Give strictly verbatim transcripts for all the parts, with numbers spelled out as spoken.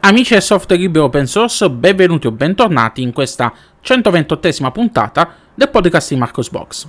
Amici del software libero open source, benvenuti o bentornati in questa centoventottesima puntata del podcast di Marcosbox.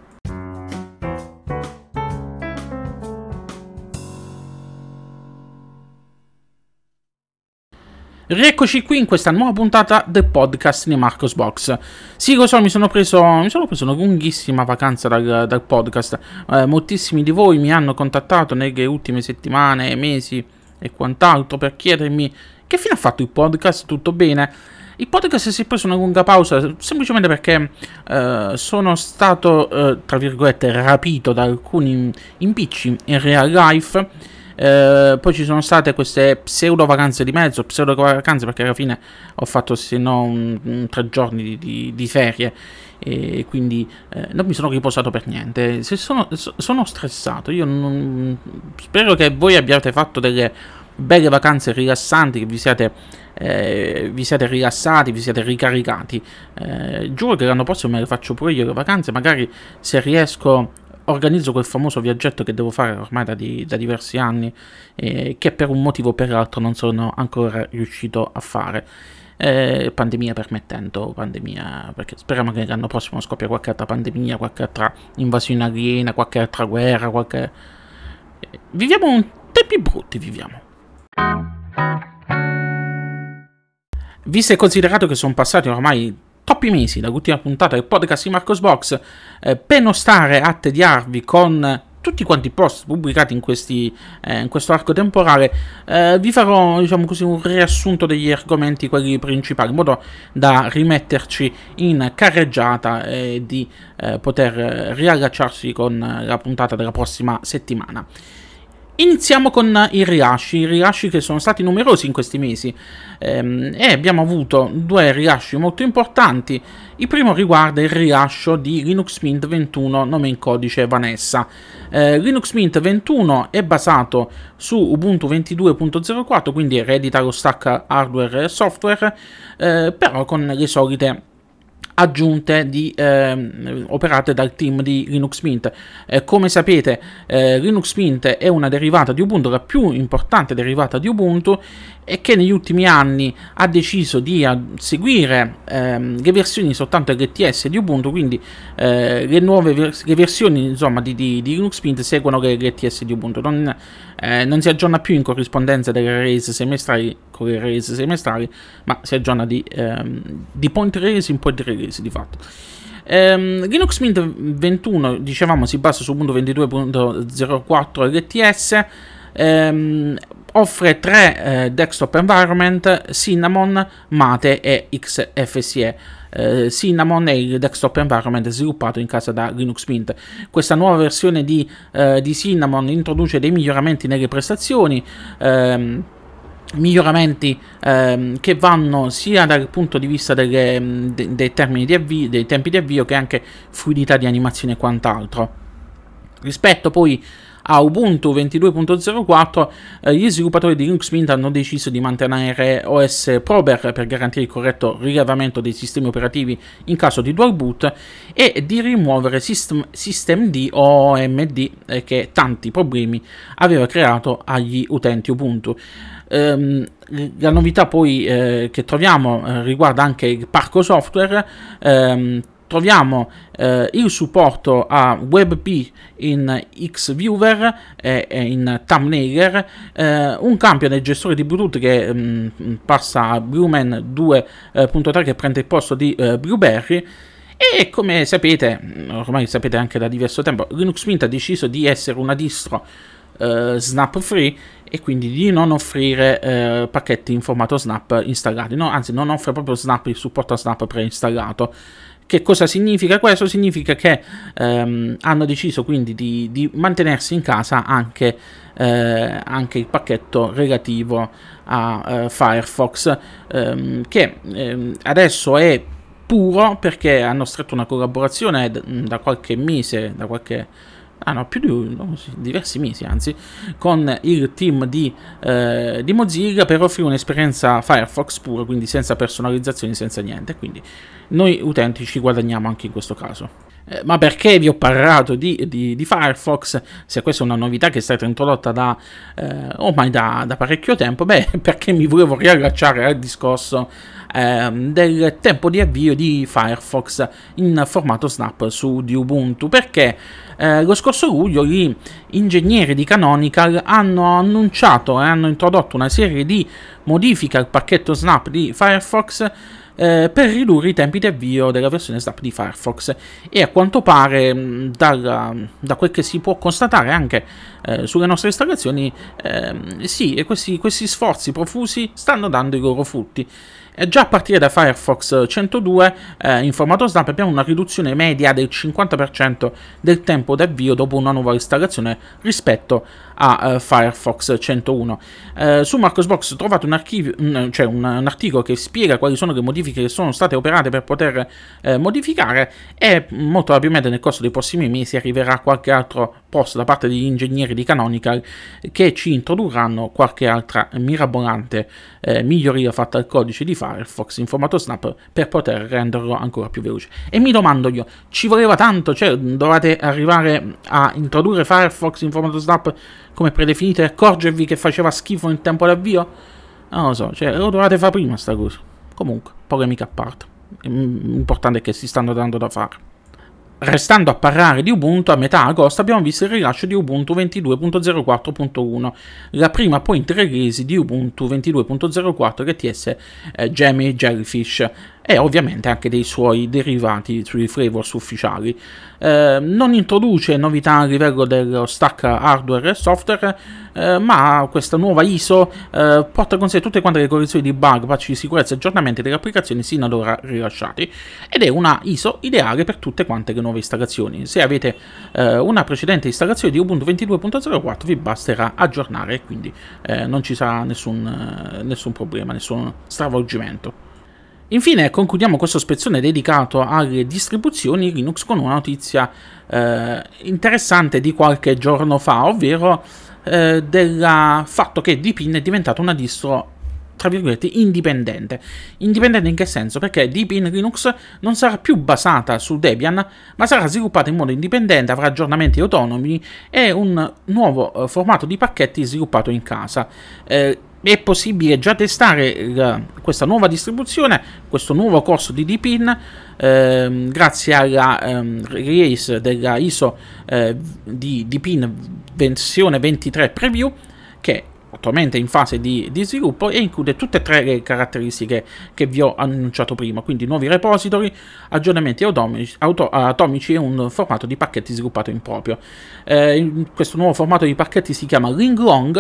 Rieccoci qui in questa nuova puntata del podcast di Marcosbox. Sì, lo so, mi sono preso, mi sono preso una lunghissima vacanza dal, dal podcast. Eh, moltissimi di voi mi hanno contattato nelle ultime settimane, mesi e quant'altro per chiedermi che fine ha fatto il podcast, tutto bene? Il podcast si è preso una lunga pausa semplicemente perché eh, sono stato, eh, tra virgolette, rapito da alcuni impicci in real life. Eh, poi ci sono state queste pseudo vacanze di mezzo, pseudo vacanze perché alla fine ho fatto se no un, un, tre giorni di, di, di ferie e quindi eh, non mi sono riposato per niente. Se sono, sono stressato. Io non, spero che voi abbiate fatto delle belle vacanze rilassanti, che vi siate, eh, vi siate rilassati, vi siate ricaricati. Eh, giuro che l'anno prossimo me le faccio pure io le vacanze, magari se riesco organizzo quel famoso viaggetto che devo fare ormai da, di, da diversi anni, eh, che per un motivo o per l'altro non sono ancora riuscito a fare. Eh, pandemia permettendo, pandemia, perché speriamo che l'anno prossimo scoppia qualche altra pandemia, qualche altra invasione aliena, qualche altra guerra, qualche... Eh, viviamo un tempi brutti, viviamo. Visto e considerato che sono passati ormai troppi mesi dall'ultima puntata del podcast di Marcosbox, eh, per non stare a tediarvi con tutti quanti i post pubblicati in, questi, eh, in questo arco temporale, eh, vi farò, diciamo così, un riassunto degli argomenti, quelli principali, in modo da rimetterci in carreggiata e di eh, poter riallacciarsi con la puntata della prossima settimana. Iniziamo con i rilasci, i rilasci che sono stati numerosi in questi mesi ehm, e abbiamo avuto due rilasci molto importanti. Il primo riguarda il rilascio di Linux Mint ventuno, nome in codice Vanessa. Eh, Linux Mint ventuno è basato su Ubuntu ventidue punto zero quattro, quindi eredita lo stack hardware e software, eh, però con le solite aggiunte di, eh, operate dal team di Linux Mint. Eh, come sapete, eh, Linux Mint è una derivata di Ubuntu, la più importante derivata di Ubuntu, e che negli ultimi anni ha deciso di seguire ehm, le versioni soltanto L T S di Ubuntu, quindi eh, le nuove vers- le versioni insomma di, di, di Linux Mint seguono le L T S di Ubuntu, non, eh, non si aggiorna più in corrispondenza delle release semestrali con le release semestrali, ma si aggiorna di, ehm, di point release in point release di fatto. Um, Linux Mint ventuno, dicevamo, si basa su Ubuntu ventidue punto zero quattro L T S, um, offre tre eh, desktop environment: Cinnamon, Mate e X F C E. Uh, Cinnamon è il desktop environment sviluppato in casa da Linux Mint. Questa nuova versione di, uh, di Cinnamon introduce dei miglioramenti nelle prestazioni, um, miglioramenti ehm, che vanno sia dal punto di vista delle, de, dei termini di avvio, dei tempi di avvio, che anche fluidità di animazione e quant'altro. Rispetto poi a Ubuntu ventidue punto zero quattro, eh, gli sviluppatori di Linux Mint hanno deciso di mantenere O S Prober per garantire il corretto rilevamento dei sistemi operativi in caso di dual boot e di rimuovere System, systemd o O M D eh, che tanti problemi aveva creato agli utenti Ubuntu. Um, la novità poi eh, che troviamo eh, riguarda anche il parco software. Um, troviamo eh, il supporto a WebP in Xviewer e, e in Thumbnailer, eh, un cambio nel gestore di Bluetooth che um, passa a Blueman due punto tre, che prende il posto di uh, Blueberry. E come sapete, ormai sapete anche da diverso tempo, Linux Mint ha deciso di essere una distro Uh, snap free e quindi di non offrire uh, pacchetti in formato snap installati, no? Anzi, non offre proprio snap, il supporto a snap preinstallato. Che cosa significa questo? Significa che um, hanno deciso quindi di, di mantenersi in casa anche, uh, anche il pacchetto relativo a uh, Firefox, um, che um, adesso è puro perché hanno stretto una collaborazione da, da qualche mese, da qualche Ah no, più di no, sì, diversi mesi anzi, con il team di, eh, di Mozilla, per offrire un'esperienza Firefox pura, quindi senza personalizzazioni, senza niente. Quindi noi utenti ci guadagniamo anche in questo caso. Eh, ma perché vi ho parlato di, di, di Firefox, se questa è una novità che è stata introdotta da eh, ormai da, da parecchio tempo? Beh, perché mi volevo riallacciare al discorso eh, del tempo di avvio di Firefox in formato Snap su di Ubuntu, perché eh, lo scorso luglio gli ingegneri di Canonical hanno annunciato e hanno introdotto una serie di modifiche al pacchetto Snap di Firefox Eh, per ridurre i tempi di avvio della versione Snap di Firefox, e a quanto pare mh, dalla, da quel che si può constatare anche eh, sulle nostre installazioni, eh, sì, e questi, questi sforzi profusi stanno dando i loro frutti. E già a partire da Firefox centodue eh, in formato Snap abbiamo una riduzione media del cinquanta per cento del tempo d'avvio dopo una nuova installazione rispetto a uh, Firefox centouno. Uh, su Marcosbox trovate un, archivio, un, cioè un, un articolo che spiega quali sono le modifiche che sono state operate per poter uh, modificare, e molto probabilmente nel corso dei prossimi mesi arriverà qualche altro post da parte degli ingegneri di Canonical che ci introdurranno qualche altra mirabolante uh, miglioria fatta al codice di Firefox in formato Snap per poter renderlo ancora più veloce. E mi domando io, ci voleva tanto? Cioè dovete arrivare a introdurre Firefox in formato Snap come predefinito e accorgervi che faceva schifo in tempo d'avvio? Non lo so, cioè lo dovete fare prima sta cosa. Comunque, polemica a parte. L'importante è che si stanno dando da fare. Restando a parlare di Ubuntu, a metà agosto abbiamo visto il rilascio di Ubuntu ventidue punto zero quattro punto uno, la prima point release di Ubuntu ventidue punto zero quattro R T S eh, Jammy Jellyfish, e ovviamente anche dei suoi derivati sui flavors ufficiali. Eh, non introduce novità a livello dello stack hardware e software, eh, ma questa nuova I S O eh, porta con sé tutte quante le correzioni di bug, patch di sicurezza e aggiornamenti delle applicazioni sino ad ora rilasciati, ed è una I S O ideale per tutte quante le nuove installazioni. Se avete eh, una precedente installazione di Ubuntu ventidue punto zero quattro vi basterà aggiornare, quindi eh, non ci sarà nessun, eh, nessun problema, nessun stravolgimento. Infine concludiamo questo spezzone dedicato alle distribuzioni Linux con una notizia eh, interessante di qualche giorno fa, ovvero eh, del fatto che Deepin è diventata una distro tra virgolette indipendente. Indipendente in che senso? Perché Deepin Linux non sarà più basata su Debian, ma sarà sviluppata in modo indipendente, avrà aggiornamenti autonomi e un nuovo eh, formato di pacchetti sviluppato in casa. Eh, È possibile già testare uh, questa nuova distribuzione, questo nuovo corso di Deepin, eh, grazie alla um, release della I S O eh, di Deepin versione ventitré Preview, che attualmente è in fase di, di sviluppo e include tutte e tre le caratteristiche che vi ho annunciato prima, quindi nuovi repository, aggiornamenti atomici, auto, atomici e un formato di pacchetti sviluppato in proprio. Eh, questo nuovo formato di pacchetti si chiama Linglong,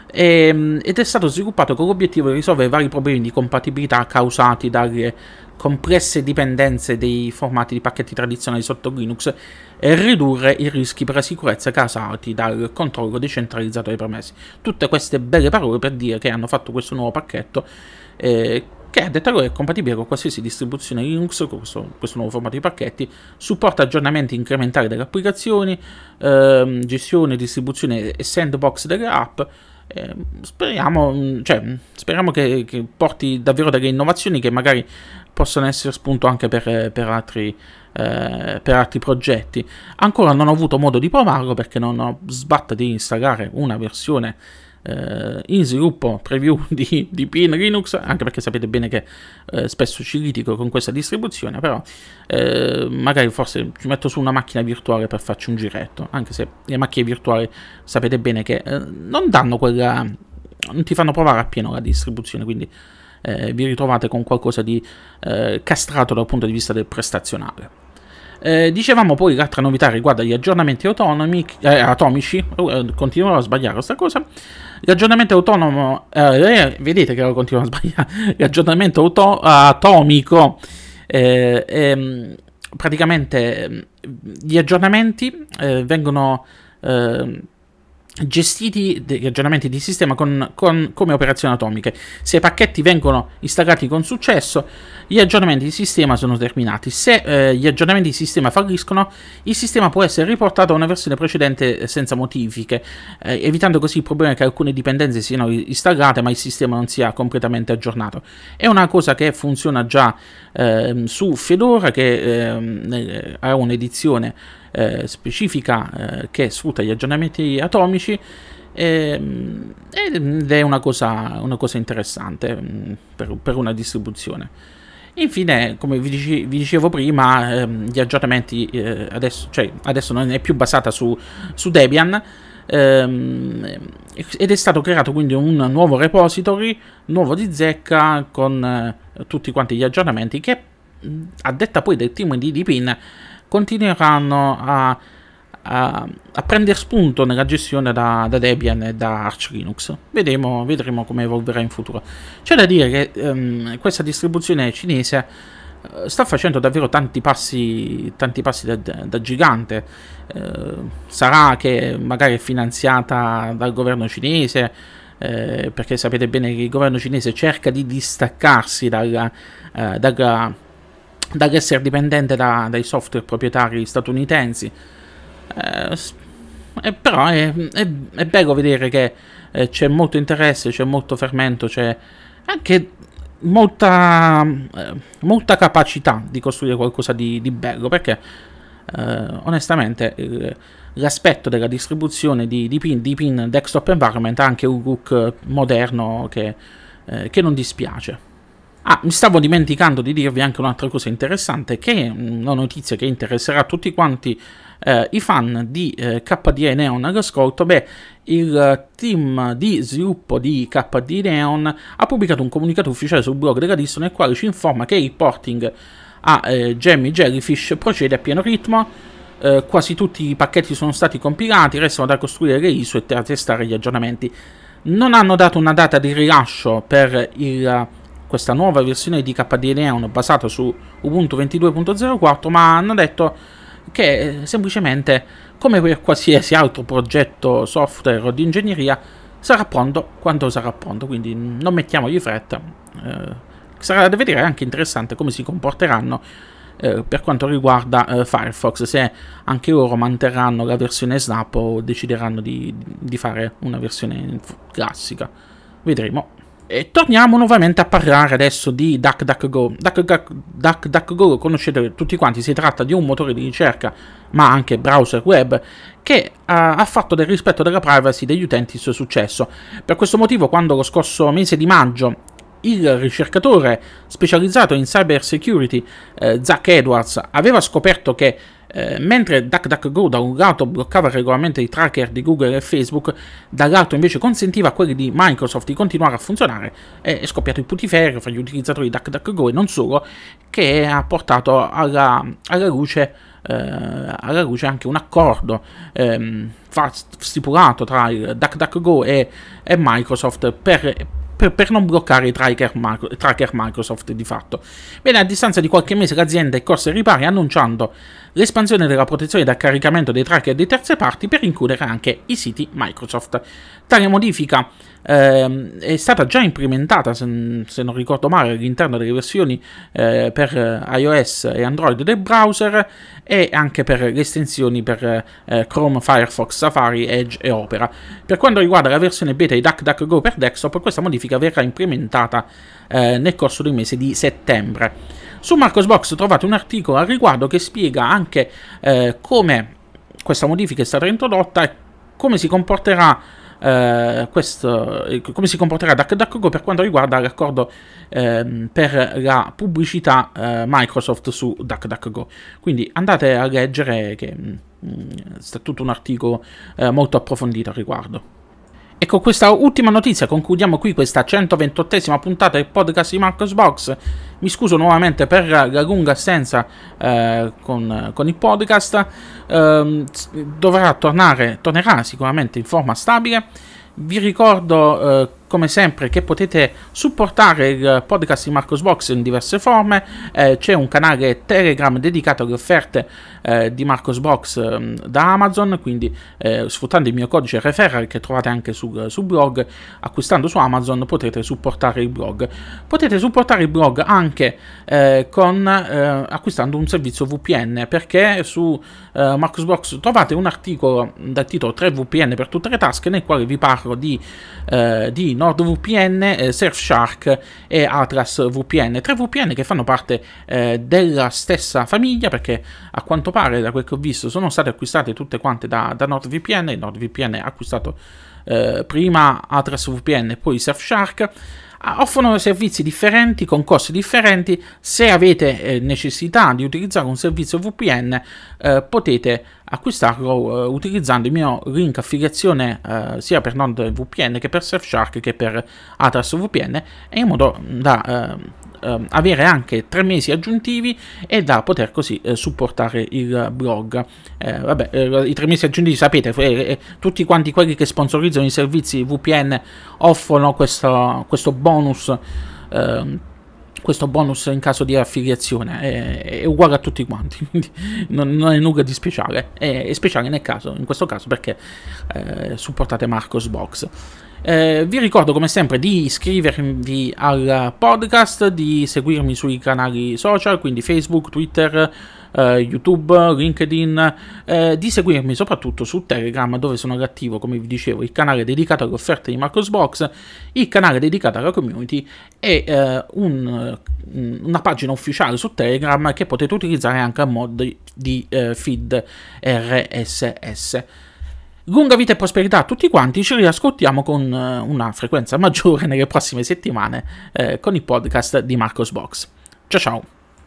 ed è stato sviluppato con l'obiettivo di risolvere vari problemi di compatibilità causati dalle complesse dipendenze dei formati di pacchetti tradizionali sotto Linux e ridurre i rischi per la sicurezza causati dal controllo decentralizzato dei permessi. Tutte queste belle parole per dire che hanno fatto questo nuovo pacchetto eh, che a detta loro è compatibile con qualsiasi distribuzione Linux, con questo, questo nuovo formato di pacchetti, supporta aggiornamenti incrementali delle applicazioni, ehm, gestione, distribuzione e sandbox delle app. Eh, speriamo, cioè, speriamo che, che porti davvero delle innovazioni che magari possono essere spunto anche per, per, altri, eh, per altri progetti. Ancora non ho avuto modo di provarlo perché non ho sbatta di installare una versione eh, in sviluppo preview di, di Deepin Linux, anche perché sapete bene che eh, spesso ci litigo con questa distribuzione, però eh, magari forse ci metto su una macchina virtuale per farci un giretto, anche se le macchine virtuali sapete bene che eh, non danno quella, non ti fanno provare appieno la distribuzione, quindi eh, vi ritrovate con qualcosa di eh, castrato dal punto di vista del prestazionale. Eh, dicevamo poi l'altra novità riguarda gli aggiornamenti autonomi, eh, atomici, eh, continuerò a sbagliare questa cosa. L'aggiornamento autonomo, eh, vedete che lo continuo a sbagliare, l'aggiornamento auto- atomico, eh, eh, praticamente gli aggiornamenti eh, vengono, eh, gestiti dei aggiornamenti di sistema con, con, come operazioni atomiche. Se i pacchetti vengono installati con successo, gli aggiornamenti di sistema sono terminati. Se eh, gli aggiornamenti di sistema falliscono, il sistema può essere riportato a una versione precedente senza modifiche, eh, evitando così il problema che alcune dipendenze siano installate ma il sistema non sia completamente aggiornato. È una cosa che funziona già eh, su Fedora, che eh, ha un'edizione Eh, specifica eh, che sfrutta gli aggiornamenti atomici, eh, ed è una cosa, una cosa interessante mh, per, per una distribuzione. Infine, come vi, dice, vi dicevo prima, ehm, gli aggiornamenti eh, adesso, cioè, adesso non è più basata su, su Debian, ehm, ed è stato creato quindi un nuovo repository, nuovo di zecca, con eh, tutti quanti gli aggiornamenti che, a detta poi del team di Deepin, continueranno a, a, a prendere spunto nella gestione da, da Debian e da Arch Linux. Vedremo, vedremo come evolverà in futuro. C'è da dire che um, questa distribuzione cinese uh, sta facendo davvero tanti passi, tanti passi da, da gigante. Uh, sarà che magari è finanziata dal governo cinese, eh, perché sapete bene che il governo cinese cerca di distaccarsi dalla, uh, dalla dall'essere dipendente da, dai software proprietari statunitensi, eh, eh, però è, è, è bello vedere che eh, c'è molto interesse, c'è molto fermento, c'è anche molta, eh, molta capacità di costruire qualcosa di, di bello, perché eh, onestamente eh, l'aspetto della distribuzione di Deepin, Deepin Desktop Environment ha anche un look moderno che, eh, che non dispiace. Ah, mi stavo dimenticando di dirvi anche un'altra cosa interessante, che è una notizia che interesserà tutti quanti eh, i fan di eh, K D E Neon all'ascolto. Beh, il team di sviluppo di K D E Neon ha pubblicato un comunicato ufficiale sul blog della distro nel quale ci informa che il porting a eh, Gemmy Jellyfish procede a pieno ritmo. Eh, quasi tutti i pacchetti sono stati compilati, restano da costruire le I S O e da testare gli aggiornamenti. Non hanno dato una data di rilascio per il questa nuova versione di K D E Neon basata su Ubuntu ventidue punto zero quattro, ma hanno detto che semplicemente, come per qualsiasi altro progetto software o di ingegneria, sarà pronto quando sarà pronto, quindi non mettiamogli fretta. Eh, sarà da vedere anche interessante come si comporteranno eh, per quanto riguarda eh, Firefox, se anche loro manterranno la versione Snap o decideranno di, di fare una versione classica. Vedremo. E torniamo nuovamente a parlare adesso di DuckDuckGo. DuckDuckGo lo conoscete tutti quanti, si tratta di un motore di ricerca, ma anche browser web, che ha, ha fatto del rispetto della privacy degli utenti il suo successo. Per questo motivo, quando lo scorso mese di maggio il ricercatore specializzato in cyber security, eh, Zach Edwards, aveva scoperto che Eh, mentre DuckDuckGo da un lato bloccava regolarmente i tracker di Google e Facebook, dall'altro invece consentiva a quelli di Microsoft di continuare a funzionare, è scoppiato il putiferio fra gli utilizzatori di DuckDuckGo e non solo, che ha portato alla, alla, luce, eh, alla luce anche un accordo ehm, stipulato tra il DuckDuckGo e, e Microsoft per Per, per non bloccare i tracker, tracker Microsoft di fatto. Bene, a distanza di qualche mese l'azienda è corsa ai ripari annunciando l'espansione della protezione dal caricamento dei tracker di terze parti per includere anche i siti Microsoft. Tale modifica eh, è stata già implementata, se, se non ricordo male, all'interno delle versioni eh, per iOS e Android del browser, e anche per le estensioni per eh, Chrome, Firefox, Safari, Edge e Opera. Per quanto riguarda la versione beta di DuckDuckGo per desktop, questa modifica verrà implementata eh, nel corso del mese di settembre. Su Marcosbox trovate un articolo al riguardo che spiega anche eh, come questa modifica è stata introdotta e come si comporterà Uh, questo, come si comporterà DuckDuckGo per quanto riguarda l'accordo uh, per la pubblicità uh, Microsoft su DuckDuckGo. Quindi andate a leggere, che mh, sta tutto un articolo uh, molto approfondito al riguardo. E con questa ultima notizia concludiamo qui questa centoventottesima puntata del podcast di Marcosbox. Mi scuso nuovamente per la lunga assenza eh, con, con il podcast. Eh, dovrà tornare, tornerà sicuramente in forma stabile. Vi ricordo eh, come sempre che potete supportare il podcast di Marcosbox in diverse forme. Eh, c'è un canale Telegram dedicato alle offerte eh, di Marcosbox eh, da Amazon, quindi eh, sfruttando il mio codice referral che trovate anche sul, sul blog, acquistando su Amazon potete supportare il blog. Potete supportare il blog anche eh, con eh, acquistando un servizio V P N, perché su eh, Marcosbox trovate un articolo dal titolo tre V P N per tutte le tasche, nel quale vi parlo di, eh, di NordVPN, eh, Surfshark e Atlas V P N, tre V P N che fanno parte eh, della stessa famiglia, perché a quanto pare, da quel che ho visto, sono state acquistate tutte quante da, da NordVPN. NordVPN ha acquistato eh, prima Atlas V P N e poi Surfshark. Offrono servizi differenti con costi differenti. Se avete eh, necessità di utilizzare un servizio V P N eh, potete acquistarlo eh, utilizzando il mio link affiliazione eh, sia per NordVPN che per Surfshark che per Atlas V P N, e in modo da eh, Uh, avere anche tre mesi aggiuntivi e da poter così uh, supportare il blog. Eh, vabbè, eh, i tre mesi aggiuntivi sapete, eh, eh, tutti quanti quelli che sponsorizzano i servizi V P N offrono questo, questo bonus. Uh, questo bonus in caso di affiliazione è, è uguale a tutti quanti, quindi non, non è nulla di speciale. È, è speciale nel caso, in questo caso perché eh, supportate Marcosbox. Eh, vi ricordo come sempre di iscrivervi al podcast, di seguirmi sui canali social, quindi Facebook, Twitter, eh, YouTube, LinkedIn, eh, di seguirmi soprattutto su Telegram, dove sono attivo, come vi dicevo, il canale dedicato alle offerte di Marcosbox, il canale dedicato alla community e eh, un, una pagina ufficiale su Telegram che potete utilizzare anche a mod di eh, feed R S S. Lunga vita e prosperità a tutti quanti, ci riascoltiamo con uh, una frequenza maggiore nelle prossime settimane eh, con il podcast di Marcosbox. Ciao ciao!